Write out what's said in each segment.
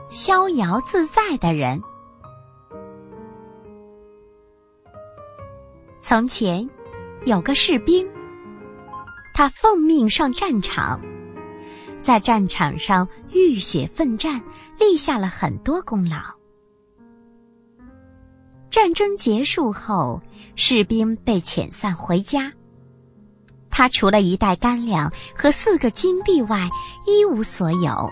逍遥自在的人。从前有个士兵，他奉命上战场，在战场上浴血奋战，立下了很多功劳。战争结束后，士兵被遣散回家，他除了1袋干粮和4个金币外，一无所有。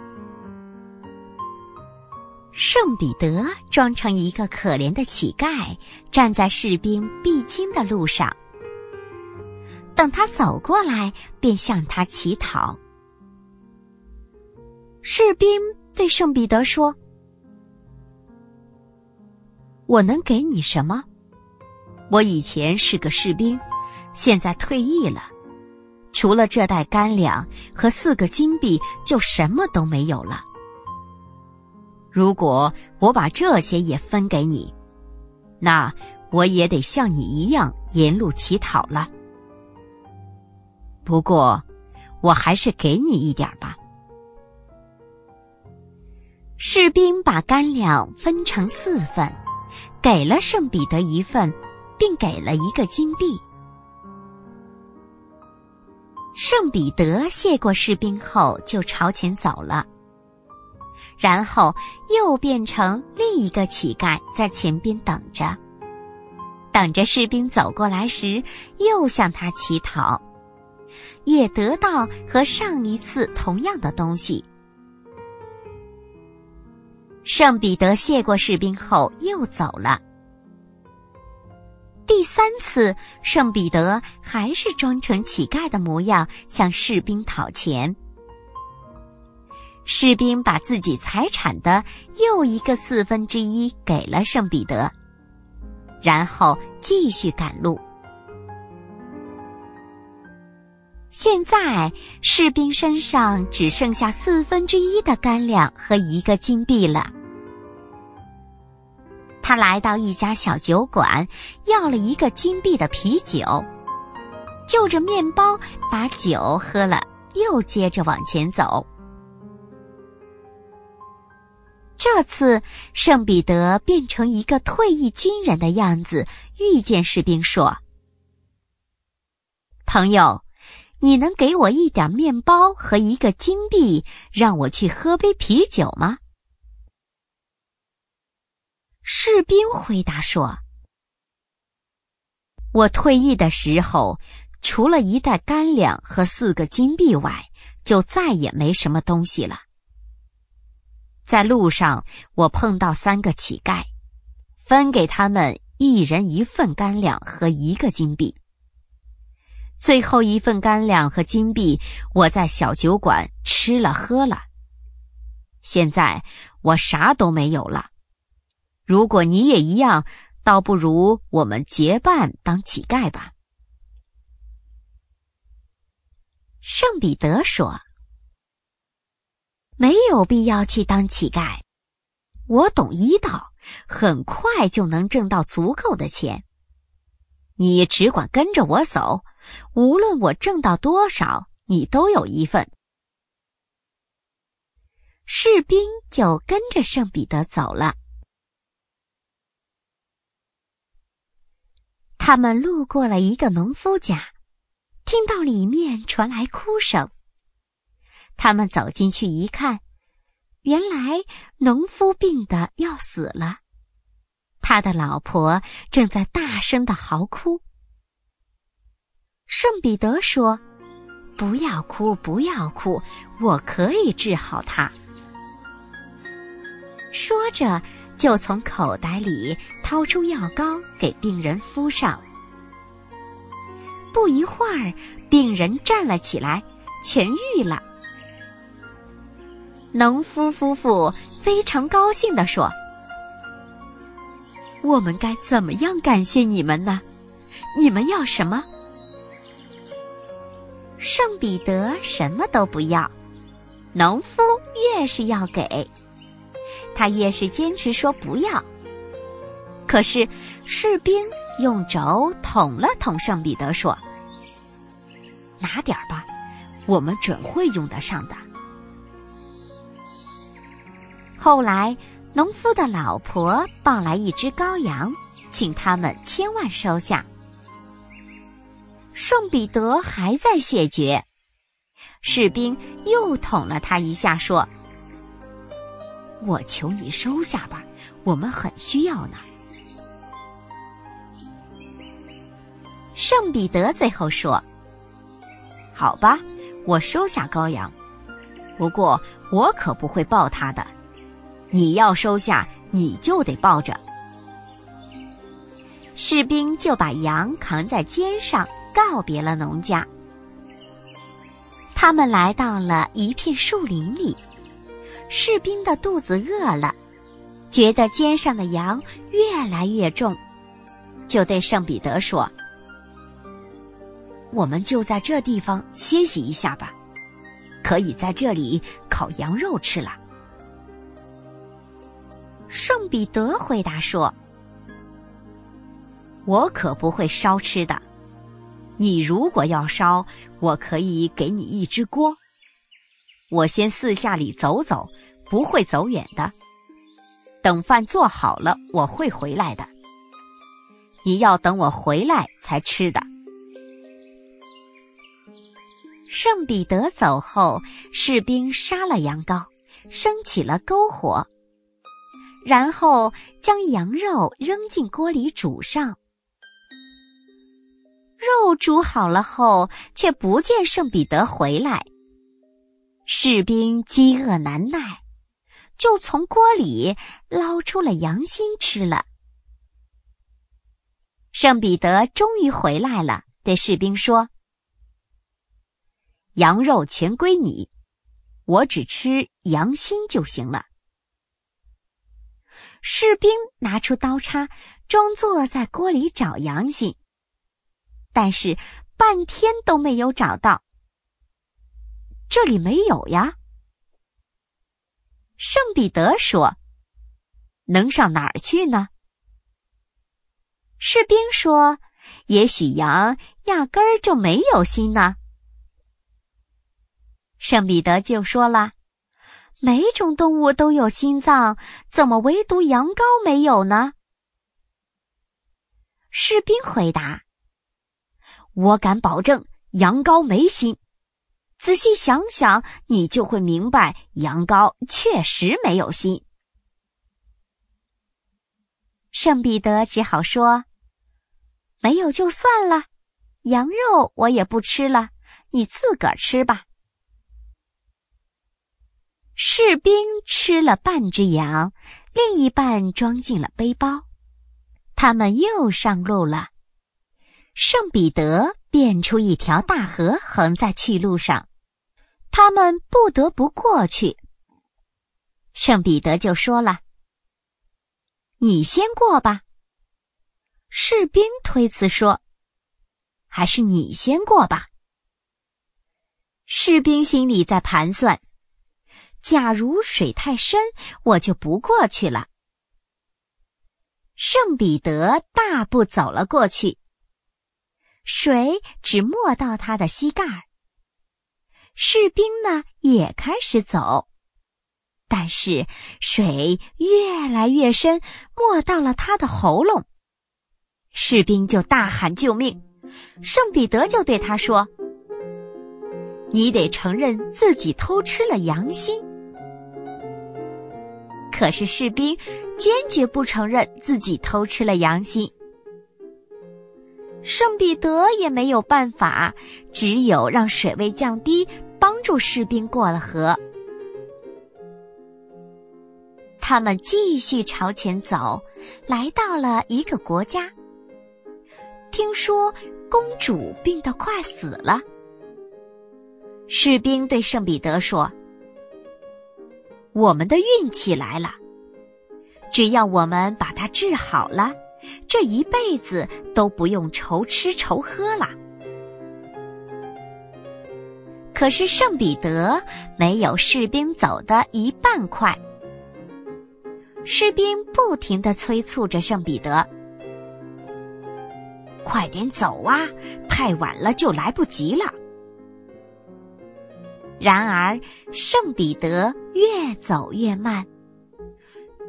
圣彼得装成一个可怜的乞丐，站在士兵必经的路上，等他走过来，便向他乞讨。士兵对圣彼得说：“我能给你什么？我以前是个士兵，现在退役了，除了这袋干粮和4个金币，就什么都没有了。如果我把这些也分给你，那我也得像你一样沿路乞讨了。不过，我还是给你一点吧。”士兵把干粮分成4份，给了圣彼得1份，并给了1个金币。圣彼得谢过士兵后，就朝前走了，然后又变成另一个乞丐，在前边等着。等着士兵走过来时，又向他乞讨，也得到和上一次同样的东西。圣彼得谢过士兵后又走了。第3次，圣彼得还是装成乞丐的模样，向士兵讨钱。士兵把自己财产的又一个1/4给了圣彼得，然后继续赶路。现在士兵身上只剩下1/4的干粮和1个金币了。他来到一家小酒馆，要了1个金币的啤酒，就着面包把酒喝了，又接着往前走。这次圣彼得变成一个退役军人的样子，遇见士兵说：“朋友，你能给我一点面包和1个金币，让我去喝杯啤酒吗？”士兵回答说：“我退役的时候，除了1袋干粮和4个金币外，就再也没什么东西了。在路上，我碰到3个乞丐，分给他们1人1份干粮和1个金币。最后1份干粮和金币，我在小酒馆吃了喝了。现在我啥都没有了。如果你也一样，倒不如我们结伴当乞丐吧。”圣彼得说：“没有必要去当乞丐，我懂医道，很快就能挣到足够的钱。你只管跟着我走，无论我挣到多少，你都有1份。”士兵就跟着圣彼得走了。他们路过了一个农夫家，听到里面传来哭声。他们走进去一看，原来农夫病得要死了，他的老婆正在大声地嚎哭。圣彼得说：“不要哭，不要哭，我可以治好他。”说着，就从口袋里掏出药膏给病人敷上。不一会儿，病人站了起来，痊愈了。农夫夫妇非常高兴地说：“我们该怎么样感谢你们呢？你们要什么？”圣彼得什么都不要，农夫越是要给，他越是坚持说不要。可是士兵用肘捅了捅圣彼得，说：“拿点吧，我们准会用得上的。” 后来，农夫的老婆抱来一只羔羊，请他们千万收下。圣彼得还在谢绝，士兵又捅了他一下，说：“我求你收下吧，我们很需要呢。”圣彼得最后说：“好吧，我收下羔羊，不过我可不会抱他的。你要收下，你就得抱着。”士兵就把羊扛在肩上，告别了农家。他们来到了一片树林里，士兵的肚子饿了，觉得肩上的羊越来越重，就对圣彼得说：“我们就在这地方歇息一下吧，可以在这里烤羊肉吃了。”圣彼得回答说：“我可不会烧吃的，你如果要烧，我可以给你一只锅。我先四下里走走，不会走远的。等饭做好了，我会回来的。你要等我回来才吃的。”圣彼得走后，士兵杀了羊羔，升起了篝火，然后将羊肉扔进锅里煮上。肉煮好了后，却不见圣彼得回来。士兵饥饿难耐，就从锅里捞出了羊心吃了。圣彼得终于回来了，对士兵说：“羊肉全归你，我只吃羊心就行了。”士兵拿出刀叉，装作在锅里找羊心，但是半天都没有找到。“这里没有呀。”圣彼得说：“能上哪儿去呢？”士兵说：“也许羊压根儿就没有心呢。”圣彼得就说了：“每种动物都有心脏，怎么唯独羊羔没有呢？”士兵回答：“我敢保证，羊羔没心。仔细想想，你就会明白，羊羔确实没有心。”圣彼得只好说：“没有就算了，羊肉我也不吃了，你自个儿吃吧。”士兵吃了半只羊，另一半装进了背包。他们又上路了。圣彼得变出一条大河横在去路上，他们不得不过去。圣彼得就说了：“你先过吧。”士兵推辞说：“还是你先过吧。”士兵心里在盘算，假如水太深，我就不过去了。圣彼得大步走了过去，水只没到他的膝盖儿。士兵呢，也开始走，但是水越来越深，没到了他的喉咙。士兵就大喊救命，圣彼得就对他说：“你得承认自己偷吃了羊心。”可是士兵坚决不承认自己偷吃了羊心。圣彼得也没有办法，只有让水位降低，帮助士兵过了河。他们继续朝前走，来到了一个国家。听说公主病得快死了。士兵对圣彼得说：“我们的运气来了，只要我们把它治好了，这一辈子都不用愁吃愁喝了。”可是圣彼得没有士兵走的一半快。士兵不停地催促着圣彼得：“快点走啊，太晚了就来不及了。”然而圣彼得越走越慢，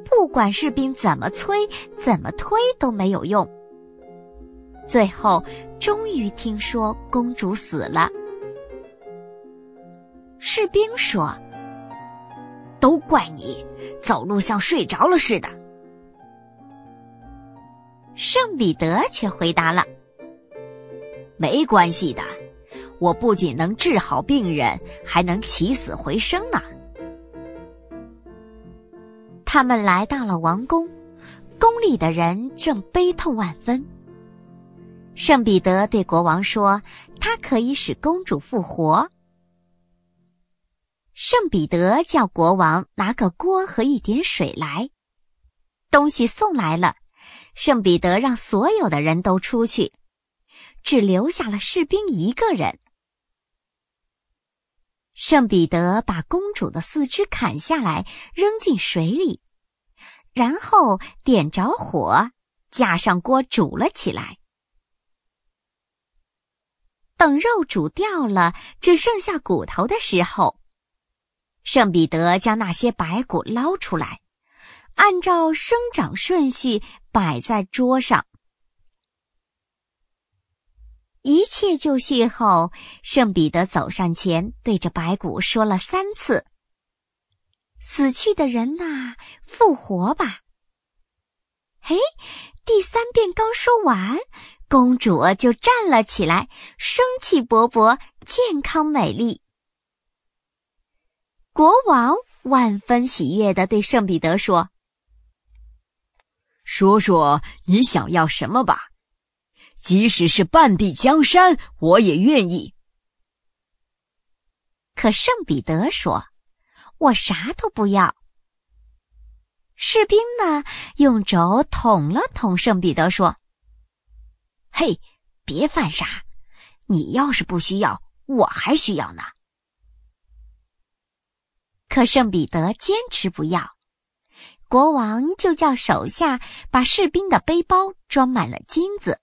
不管士兵怎么催怎么推都没有用。最后终于听说公主死了。士兵说：都怪你，走路像睡着了似的。圣彼得却回答了：没关系的，我不仅能治好病人，还能起死回生呢。他们来到了王宫，宫里的人正悲痛万分。圣彼得对国王说，他可以使公主复活。圣彼得叫国王拿个锅和一点水来。东西送来了，圣彼得让所有的人都出去，只留下了士兵一个人。圣彼得把公主的四肢砍下来，扔进水里，然后点着火，架上锅煮了起来。等肉煮掉了，只剩下骨头的时候，圣彼得将那些白骨捞出来，按照生长顺序摆在桌上。一切就绪后，圣彼得走上前，对着白骨说了3次：死去的人呐，复活吧。嘿，第3遍刚说完，公主就站了起来，生气勃勃，健康美丽。国王万分喜悦地对圣彼得说：说说你想要什么吧，即使是半壁江山，我也愿意。可圣彼得说：我啥都不要。士兵呢，用肘捅了捅圣彼得，说：嘿，别犯傻，你要是不需要，我还需要呢。可圣彼得坚持不要，国王就叫手下把士兵的背包装满了金子。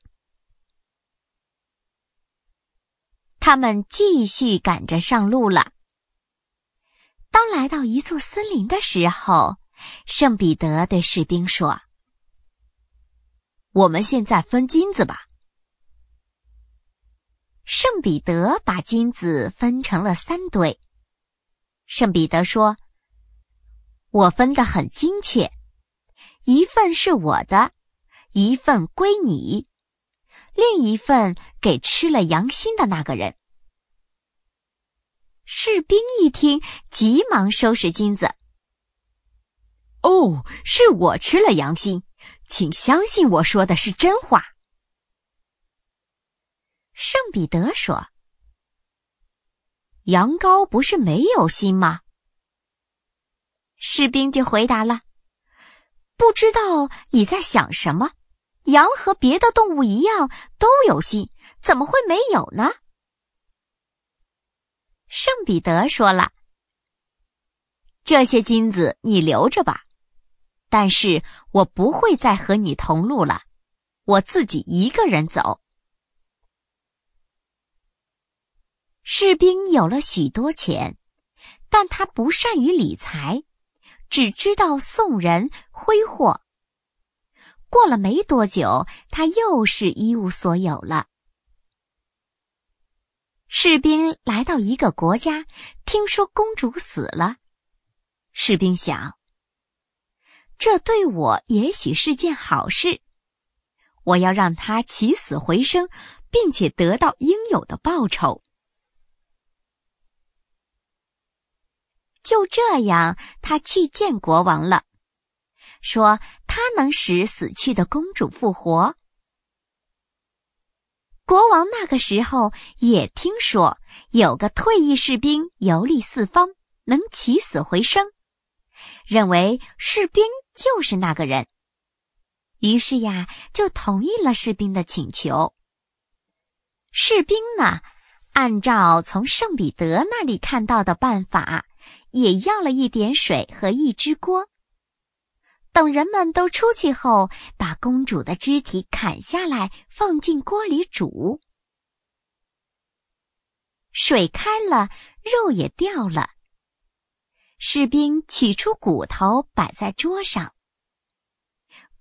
他们继续赶着上路了。当来到一座森林的时候，圣彼得对士兵说：我们现在分金子吧。圣彼得把金子分成了3堆。圣彼得说：我分得很精确，1份是我的，1份归你，另1份给吃了羊心的那个人。士兵一听，急忙收拾金子。哦，是我吃了羊心，请相信我说的是真话。圣彼得说：羊羔不是没有心吗？士兵就回答了：不知道你在想什么，羊和别的动物一样都有心，怎么会没有呢？圣彼得说了：这些金子你留着吧，但是我不会再和你同路了，我自己一个人走。士兵有了许多钱，但他不善于理财，只知道送人挥霍。过了没多久，他又是一无所有了。士兵来到一个国家，听说公主死了。士兵想，这对我也许是件好事，我要让她起死回生，并且得到应有的报酬。就这样，他去见国王了，说他能使死去的公主复活。国王那个时候也听说有个退役士兵游历四方，能起死回生，认为士兵就是那个人，于是呀，就同意了士兵的请求。士兵呢，按照从圣彼得那里看到的办法，也要了一点水和一只锅。等人们都出去后，把公主的肢体砍下来，放进锅里煮。水开了，肉也掉了。士兵取出骨头摆在桌上，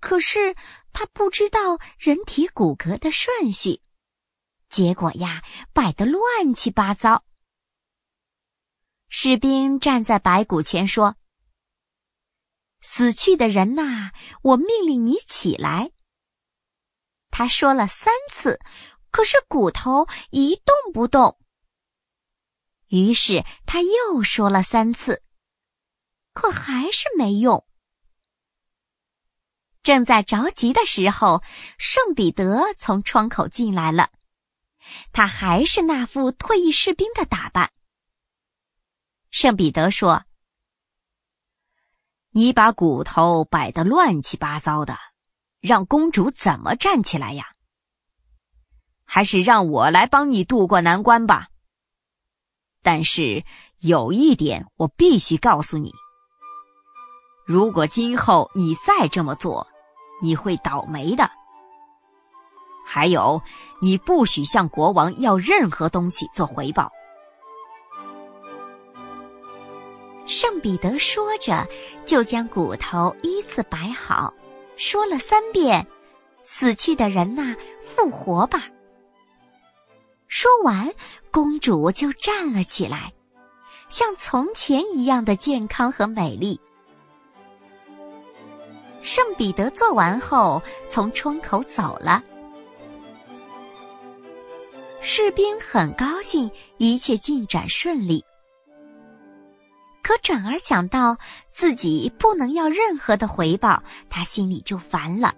可是他不知道人体骨骼的顺序，结果呀，摆得乱七八糟。士兵站在白骨前说：“死去的人呐，我命令你起来。”他说了3次，可是骨头一动不动。于是他又说了3次，可还是没用。正在着急的时候，圣彼得从窗口进来了，他还是那副退役士兵的打扮。圣彼得说：“你把骨头摆得乱七八糟的，让公主怎么站起来呀？还是让我来帮你渡过难关吧。但是有一点我必须告诉你，如果今后你再这么做，你会倒霉的。还有，你不许向国王要任何东西做回报。”圣彼得说着，就将骨头依次摆好，说了3遍：“死去的人呐，复活吧。”说完，公主就站了起来，像从前一样的健康和美丽。圣彼得做完后，从窗口走了。士兵很高兴，一切进展顺利。可转而想到自己不能要任何的回报，他心里就烦了。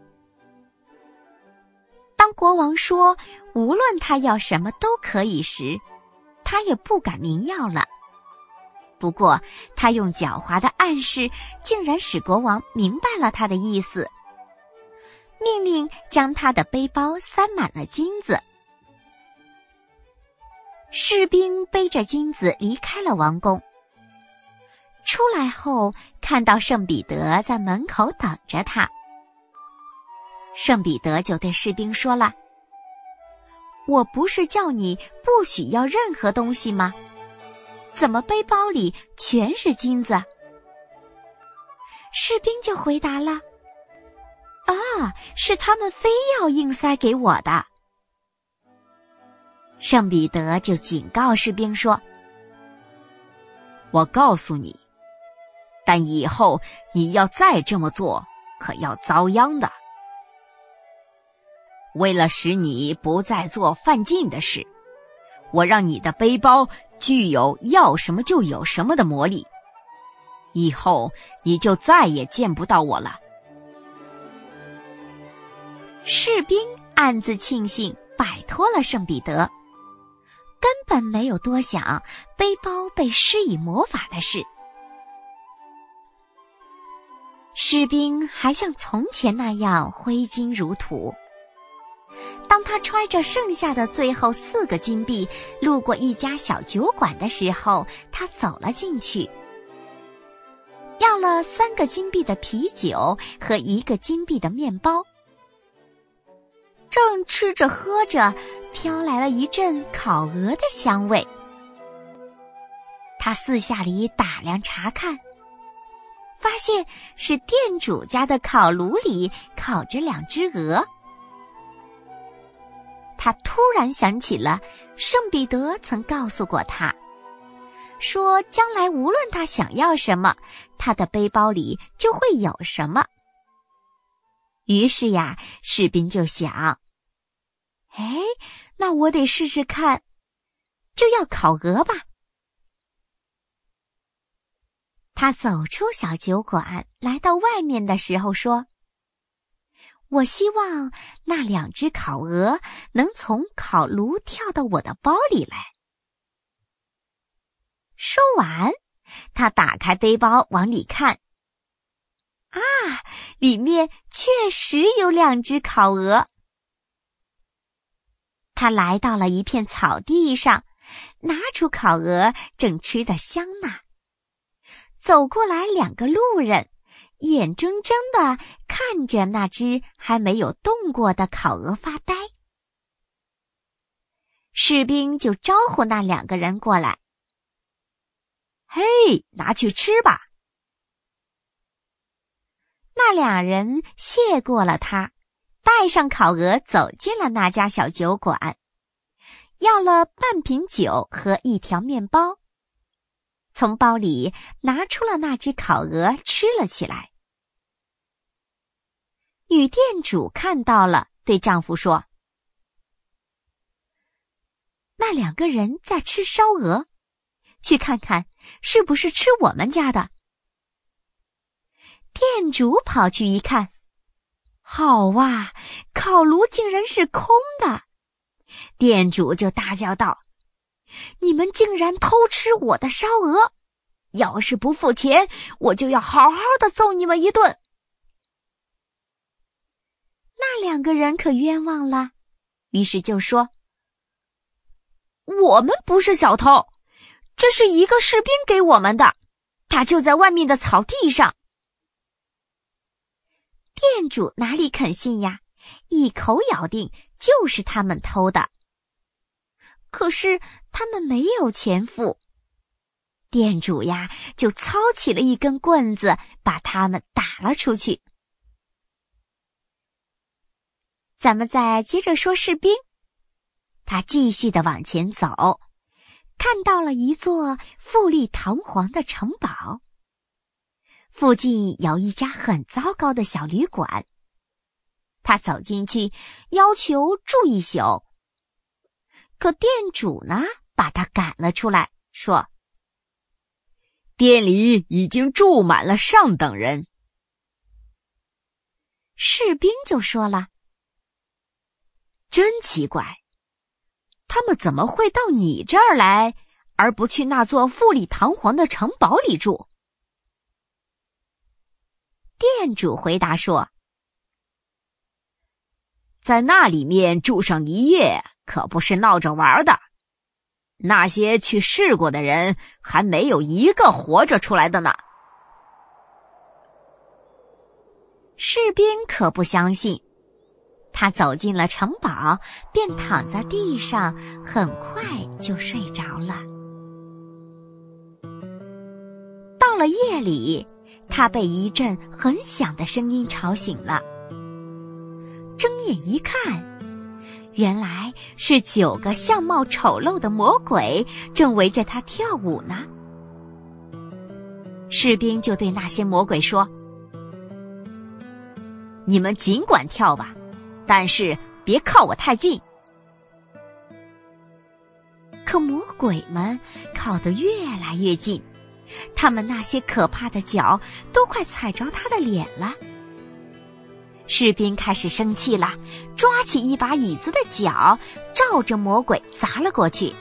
当国王说无论他要什么都可以时，他也不敢明要了。不过他用狡猾的暗示竟然使国王明白了他的意思，命令将他的背包塞满了金子。士兵背着金子离开了王宫。出来后，看到圣彼得在门口等着他。圣彼得就对士兵说了：“我不是叫你不许要任何东西吗？怎么背包里全是金子？”士兵就回答了：“啊，是他们非要硬塞给我的。”圣彼得就警告士兵说：“我告诉你，但以后你要再这么做，可要遭殃的。为了使你不再做犯禁的事，我让你的背包具有要什么就有什么的魔力，以后你就再也见不到我了。”士兵暗自庆幸摆脱了圣彼得，根本没有多想背包被施以魔法的事。士兵还像从前那样挥金如土。当他揣着剩下的最后4个金币路过一家小酒馆的时候，他走了进去，要了3个金币的啤酒和1个金币的面包。正吃着喝着，飘来了一阵烤鹅的香味。他四下里打量查看，发现是店主家的烤炉里烤着2只鹅。他突然想起了圣彼得曾告诉过他，说将来无论他想要什么，他的背包里就会有什么。于是呀，士兵就想，那我得试试看，就要烤鹅吧。他走出小酒馆，来到外面的时候说：“我希望那2只烤鹅能从烤炉跳到我的包里来。”说完，他打开背包往里看，里面确实有2只烤鹅。他来到了一片草地上，拿出烤鹅，正吃得香呢。走过来2个路人，眼睁睁地看着那只还没有动过的烤鹅发呆。士兵就招呼那2个人过来：“嘿，拿去吃吧。” 那两人谢过了他，带上烤鹅走进了那家小酒馆，要了半瓶酒和一条面包，从包里拿出了那只烤鹅吃了起来。女店主看到了，对丈夫说：那两个人在吃烧鹅，去看看是不是吃我们家的。店主跑去一看，好哇，烤炉竟然是空的。店主就大叫道：你们竟然偷吃我的烧鹅，要是不付钱，我就要好好的揍你们一顿。那两个人可冤枉了，于是就说：我们不是小偷，这是一个士兵给我们的，他就在外面的草地上。店主哪里肯信呀，一口咬定就是他们偷的。可是他们没有钱付，店主呀就操起了一根棍子，把他们打了出去。咱们再接着说士兵，他继续地往前走，看到了一座富丽堂皇的城堡。附近有一家很糟糕的小旅馆，他走进去，要求住一宿。可店主呢，把他赶了出来，说：店里已经住满了上等人。士兵就说了：真奇怪，他们怎么会到你这儿来，而不去那座富丽堂皇的城堡里住？店主回答说：在那里面住上一夜，可不是闹着玩的。那些去试过的人，还没有一个活着出来的呢。士兵可不相信，他走进了城堡，便躺在地上，很快就睡着了。到了夜里，他被一阵很响的声音吵醒了。睁眼一看，原来是9个相貌丑陋的魔鬼正围着他跳舞呢。士兵就对那些魔鬼说：你们尽管跳吧，但是别靠我太近。可魔鬼们靠得越来越近，他们那些可怕的脚都快踩着他的脸了。士兵开始生气了，抓起一把椅子的脚，照着魔鬼砸了过去。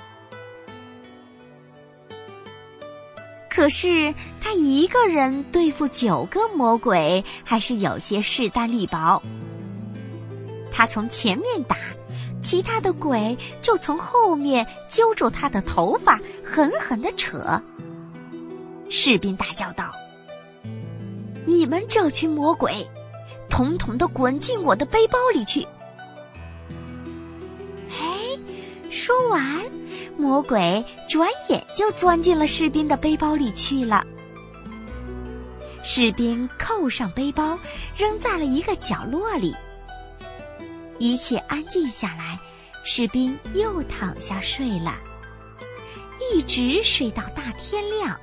可是他一个人对付9个魔鬼，还是有些势单力薄。他从前面打，其他的鬼就从后面揪住他的头发，狠狠地扯。士兵大叫道：你们这群魔鬼，统统地滚进我的背包里去！哎，说完，魔鬼转眼就钻进了士兵的背包里去了。士兵扣上背包，扔在了一个角落里。一切安静下来，士兵又躺下睡了，一直睡到大天亮。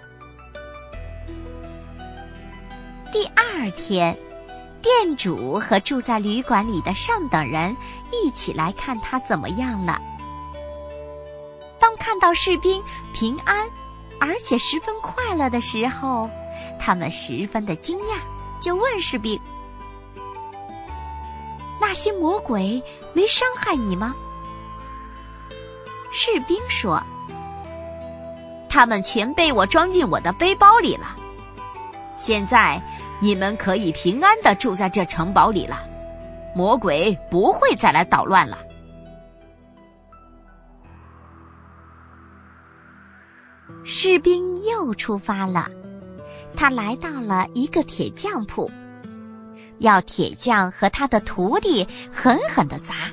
第2天，店主和住在旅馆里的上等人一起来看他怎么样了。当看到士兵平安而且十分快乐的时候，他们十分的惊讶，就问士兵：那些魔鬼没伤害你吗？士兵说：他们全被我装进我的背包里了。现在你们可以平安地住在这城堡里了，魔鬼不会再来捣乱了。士兵又出发了，他来到了一个铁匠铺，要铁匠和他的徒弟狠狠地砸。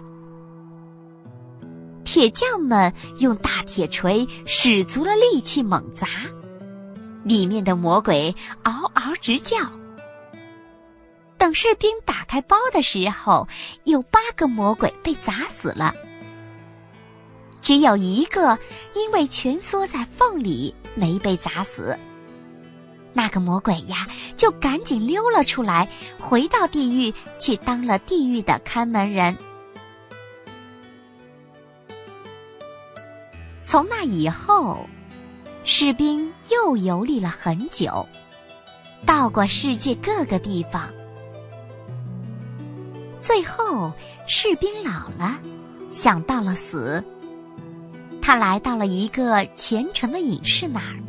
铁匠们用大铁锤使足了力气猛砸，里面的魔鬼嗷嗷直叫。 等士兵打开包的时候，有8个魔鬼被砸死了，只有1个因为蜷缩在缝里没被砸死。那个魔鬼呀，就赶紧溜了出来，回到地狱去当了地狱的看门人。从那以后，士兵又游历了很久，到过世界各个地方。最后，士兵老了，想到了死，他来到了一个虔诚的隐士那儿。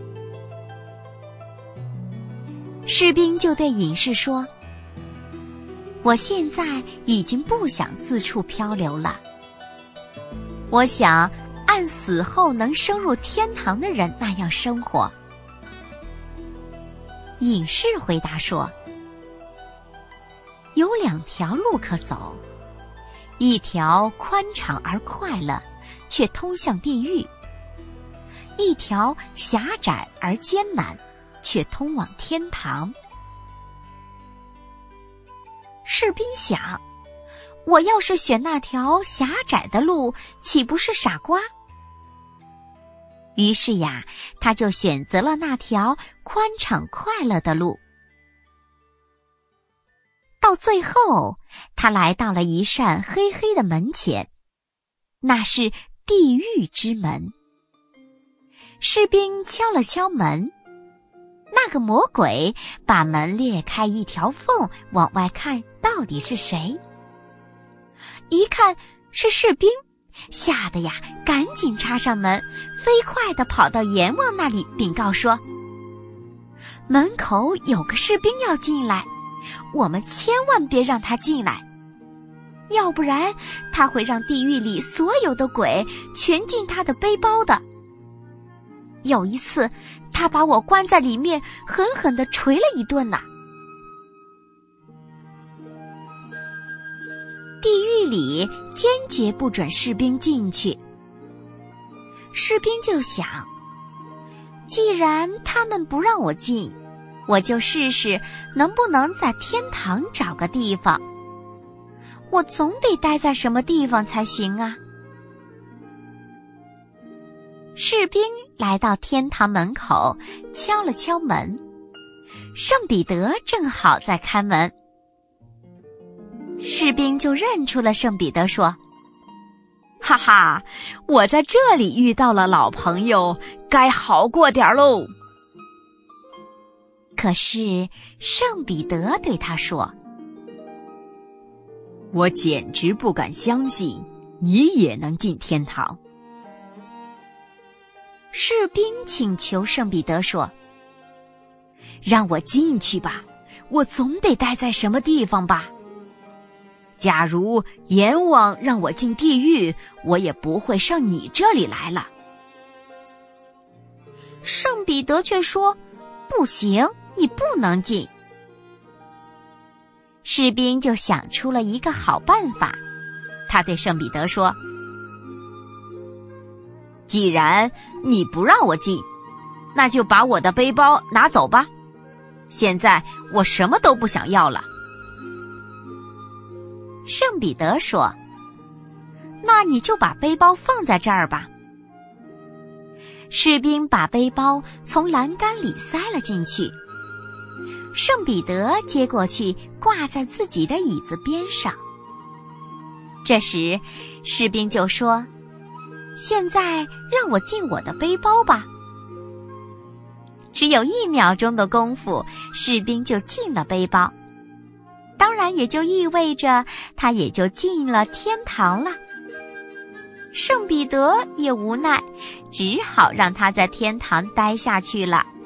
士兵就对隐士说：“我现在已经不想四处漂流了，我想按死后能升入天堂的人那样生活。”隐士回答说：“有2条路可走，一条宽敞而快乐，却通向地狱；一条狭窄而艰难，却通往天堂。”士兵想，我要是选那条狭窄的路，岂不是傻瓜？于是呀，他就选择了那条宽敞快乐的路。到最后，他来到了一扇黑黑的门前，那是地狱之门。士兵敲了敲门，那个魔鬼把门裂开一条缝，往外看到底是谁。一看是士兵，吓得呀赶紧插上门，飞快地跑到阎王那里禀告说：“门口有个士兵要进来，我们千万别让他进来，要不然他会让地狱里所有的鬼全进他的背包的。有一次他把我关在里面，狠狠地捶了一顿呐。”地狱里坚决不准士兵进去。士兵就想，既然他们不让我进，我就试试能不能在天堂找个地方。我总得待在什么地方才行啊。士兵来到天堂门口，敲了敲门，圣彼得正好在看门。士兵就认出了圣彼得，说：“哈哈，我在这里遇到了老朋友，该好过点喽。”可是圣彼得对他说：“我简直不敢相信你也能进天堂。”士兵请求圣彼得说：“让我进去吧，我总得待在什么地方吧。假如阎王让我进地狱，我也不会上你这里来了。”圣彼得却说：“不行，你不能进。”士兵就想出了一个好办法，他对圣彼得说：“既然你不让我进，那就把我的背包拿走吧。现在我什么都不想要了。”圣彼得说：“那你就把背包放在这儿吧。”士兵把背包从栏杆里塞了进去，圣彼得接过去挂在自己的椅子边上。这时士兵就说：“现在让我进我的背包吧。”只有1秒钟的功夫，士兵就进了背包，当然也就意味着他也就进了天堂了。圣彼得也无奈，只好让他在天堂待下去了。